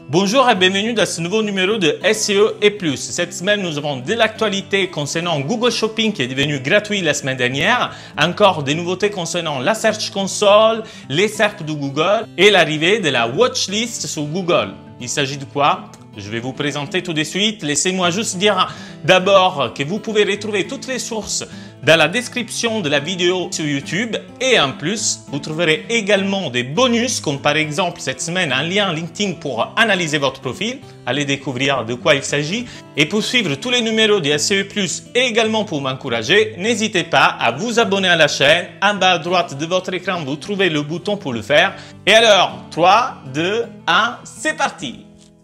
Bonjour et bienvenue dans ce nouveau numéro de SEO et plus. Cette semaine, nous avons de l'actualité concernant Google Shopping qui est devenu gratuit la semaine dernière, encore des nouveautés concernant la Search Console, les SERP de Google et l'arrivée de la Watchlist sur Google. Il s'agit de quoi? Je vais vous présenter tout de suite. Laissez-moi juste dire d'abord que vous pouvez retrouver toutes les sources dans la description de la vidéo sur YouTube et en plus, vous trouverez également des bonus comme par exemple cette semaine un lien LinkedIn pour analyser votre profil. Allez découvrir de quoi il s'agit et pour suivre tous les numéros de SEO+, et également pour m'encourager, n'hésitez pas à vous abonner à la chaîne. En bas à droite de votre écran, vous trouvez le bouton pour le faire. Et alors, 3, 2, 1, c'est parti!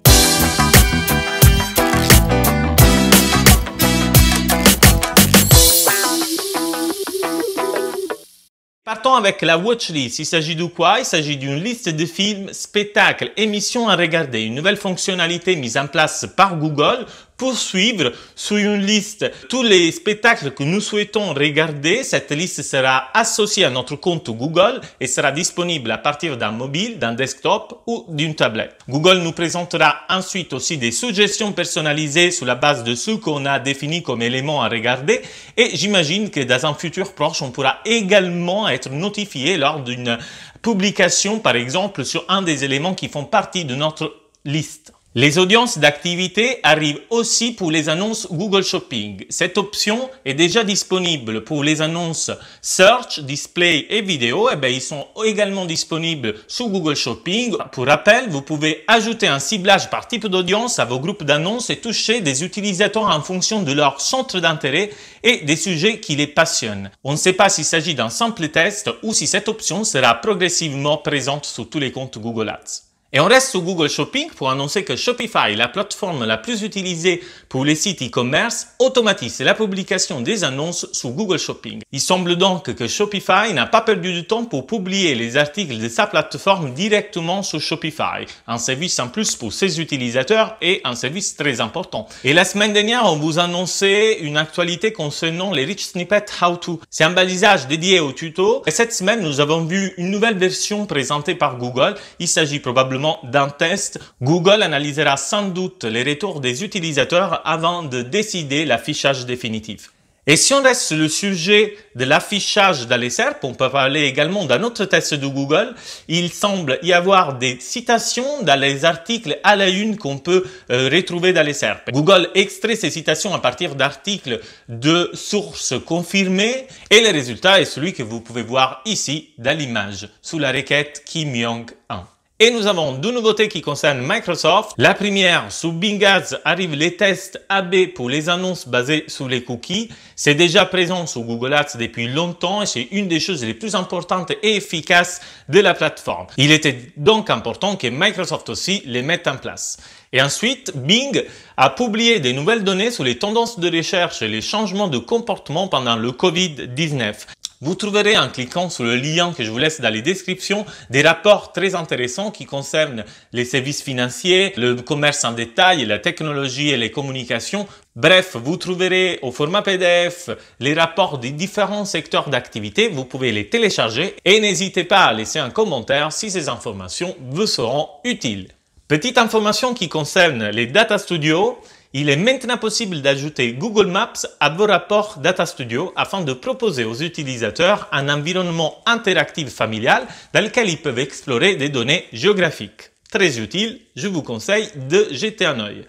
Partons avec la watchlist. Il s'agit de quoi? Il s'agit d'une liste de films, spectacles, émissions à regarder. Une nouvelle fonctionnalité mise en place par Google pour suivre sur une liste tous les spectacles que nous souhaitons regarder. Cette liste sera associée à notre compte Google et sera disponible à partir d'un mobile, d'un desktop ou d'une tablette. Google nous présentera ensuite aussi des suggestions personnalisées sur la base de ce qu'on a défini comme éléments à regarder et j'imagine que dans un futur proche, on pourra également être notifié lors d'une publication, par exemple, sur un des éléments qui font partie de notre liste. Les audiences d'activité arrivent aussi pour les annonces Google Shopping. Cette option est déjà disponible pour les annonces Search, Display et Vidéo. Et bien, ils sont également disponibles sur Google Shopping. Pour rappel, vous pouvez ajouter un ciblage par type d'audience à vos groupes d'annonces et toucher des utilisateurs en fonction de leur centre d'intérêt et des sujets qui les passionnent. On ne sait pas s'il s'agit d'un simple test ou si cette option sera progressivement présente sur tous les comptes Google Ads. Et on reste sur Google Shopping pour annoncer que Shopify, la plateforme la plus utilisée pour les sites e-commerce, automatise la publication des annonces sur Google Shopping. Il semble donc que Shopify n'a pas perdu de temps pour publier les articles de sa plateforme directement sur Shopify, un service en plus pour ses utilisateurs et un service très important. Et la semaine dernière, on vous annonçait une actualité concernant les Rich Snippets How To. C'est un balisage dédié au tuto. Et cette semaine, nous avons vu une nouvelle version présentée par Google. Il s'agit probablement d'un test. Google analysera sans doute les retours des utilisateurs avant de décider l'affichage définitif. Et si on reste sur le sujet de l'affichage dans les SERP, on peut parler également d'un autre test de Google. Il semble y avoir des citations dans les articles à la une qu'on peut retrouver dans les SERP. Google extrait ces citations à partir d'articles de sources confirmées et le résultat est celui que vous pouvez voir ici dans l'image sous la requête Kim Young 1. Et nous avons deux nouveautés qui concernent Microsoft. La première, sous Bing Ads arrivent les tests AB pour les annonces basées sur les cookies. C'est déjà présent sur Google Ads depuis longtemps et c'est une des choses les plus importantes et efficaces de la plateforme. Il était donc important que Microsoft aussi les mette en place. Et ensuite, Bing a publié des nouvelles données sur les tendances de recherche et les changements de comportement pendant le Covid-19. Vous trouverez en cliquant sur le lien que je vous laisse dans les descriptions des rapports très intéressants qui concernent les services financiers, le commerce en détail, la technologie et les communications. Bref, vous trouverez au format PDF les rapports des différents secteurs d'activité. Vous pouvez les télécharger et n'hésitez pas à laisser un commentaire si ces informations vous seront utiles. Petite information qui concerne les Data Studio. Il est maintenant possible d'ajouter Google Maps à vos rapports Data Studio afin de proposer aux utilisateurs un environnement interactif familial dans lequel ils peuvent explorer des données géographiques. Très utile, je vous conseille de jeter un œil.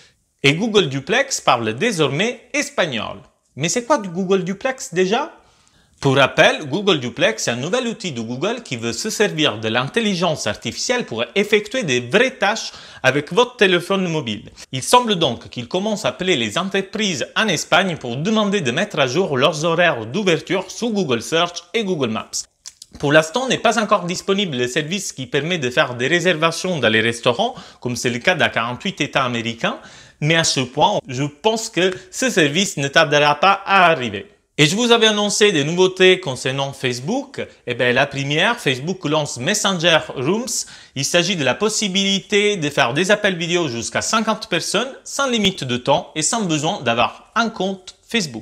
Et Google Duplex parle désormais espagnol. Mais c'est quoi du Google Duplex déjà? Pour rappel, Google Duplex est un nouvel outil de Google qui veut se servir de l'intelligence artificielle pour effectuer des vraies tâches avec votre téléphone mobile. Il semble donc qu'il commence à appeler les entreprises en Espagne pour demander de mettre à jour leurs horaires d'ouverture sous Google Search et Google Maps. Pour l'instant, n'est pas encore disponible le service qui permet de faire des réservations dans les restaurants, comme c'est le cas dans 48 États américains, mais à ce point, je pense que ce service ne tardera pas à arriver. Et je vous avais annoncé des nouveautés concernant Facebook. Eh bien, la première, Facebook lance Messenger Rooms. Il s'agit de la possibilité de faire des appels vidéo jusqu'à 50 personnes sans limite de temps et sans besoin d'avoir un compte Facebook.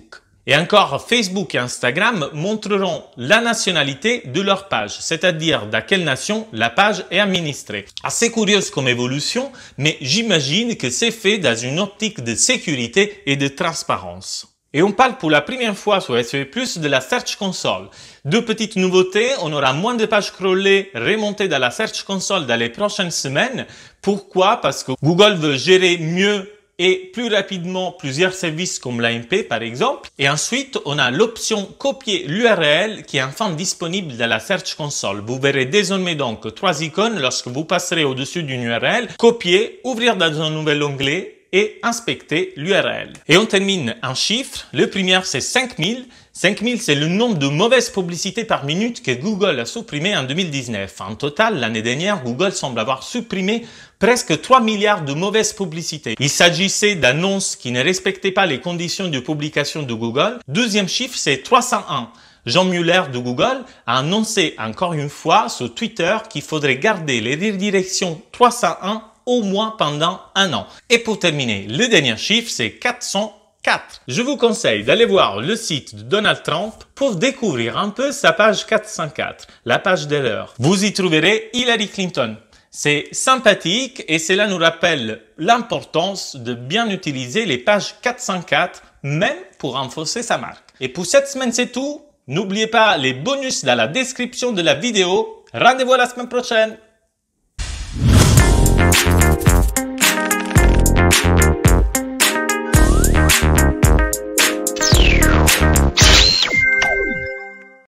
Et encore, Facebook et Instagram montreront la nationalité de leur page, c'est-à-dire dans quelle nation la page est administrée. Assez curieuse comme évolution, mais j'imagine que c'est fait dans une optique de sécurité et de transparence. Et on parle pour la première fois sur SEO+, de la Search Console. Deux petites nouveautés, on aura moins de pages crawlées remontées dans la Search Console dans les prochaines semaines. Pourquoi? Parce que Google veut gérer mieux et plus rapidement plusieurs services comme l'AMP par exemple. Et ensuite, on a l'option copier l'URL qui est enfin disponible dans la Search Console. Vous verrez désormais donc trois icônes lorsque vous passerez au-dessus d'une URL. Copier, ouvrir dans un nouvel onglet et inspecter l'URL. Et on termine en chiffres. Le premier, c'est 5000. 5000, c'est le nombre de mauvaises publicités par minute que Google a supprimé en 2019. En total, l'année dernière, Google semble avoir supprimé presque 3 milliards de mauvaises publicités. Il s'agissait d'annonces qui ne respectaient pas les conditions de publication de Google. Deuxième chiffre, c'est 301. Jean Muller de Google a annoncé encore une fois sur Twitter qu'il faudrait garder les redirections 301 au moins pendant un an. Et pour terminer, le dernier chiffre, c'est 404. Je vous conseille d'aller voir le site de Donald Trump pour découvrir un peu sa page 404, la page d'erreur. Vous y trouverez Hillary Clinton. C'est sympathique et cela nous rappelle l'importance de bien utiliser les pages 404, même pour renforcer sa marque. Et pour cette semaine, c'est tout. N'oubliez pas les bonus dans la description de la vidéo. Rendez-vous la semaine prochaine.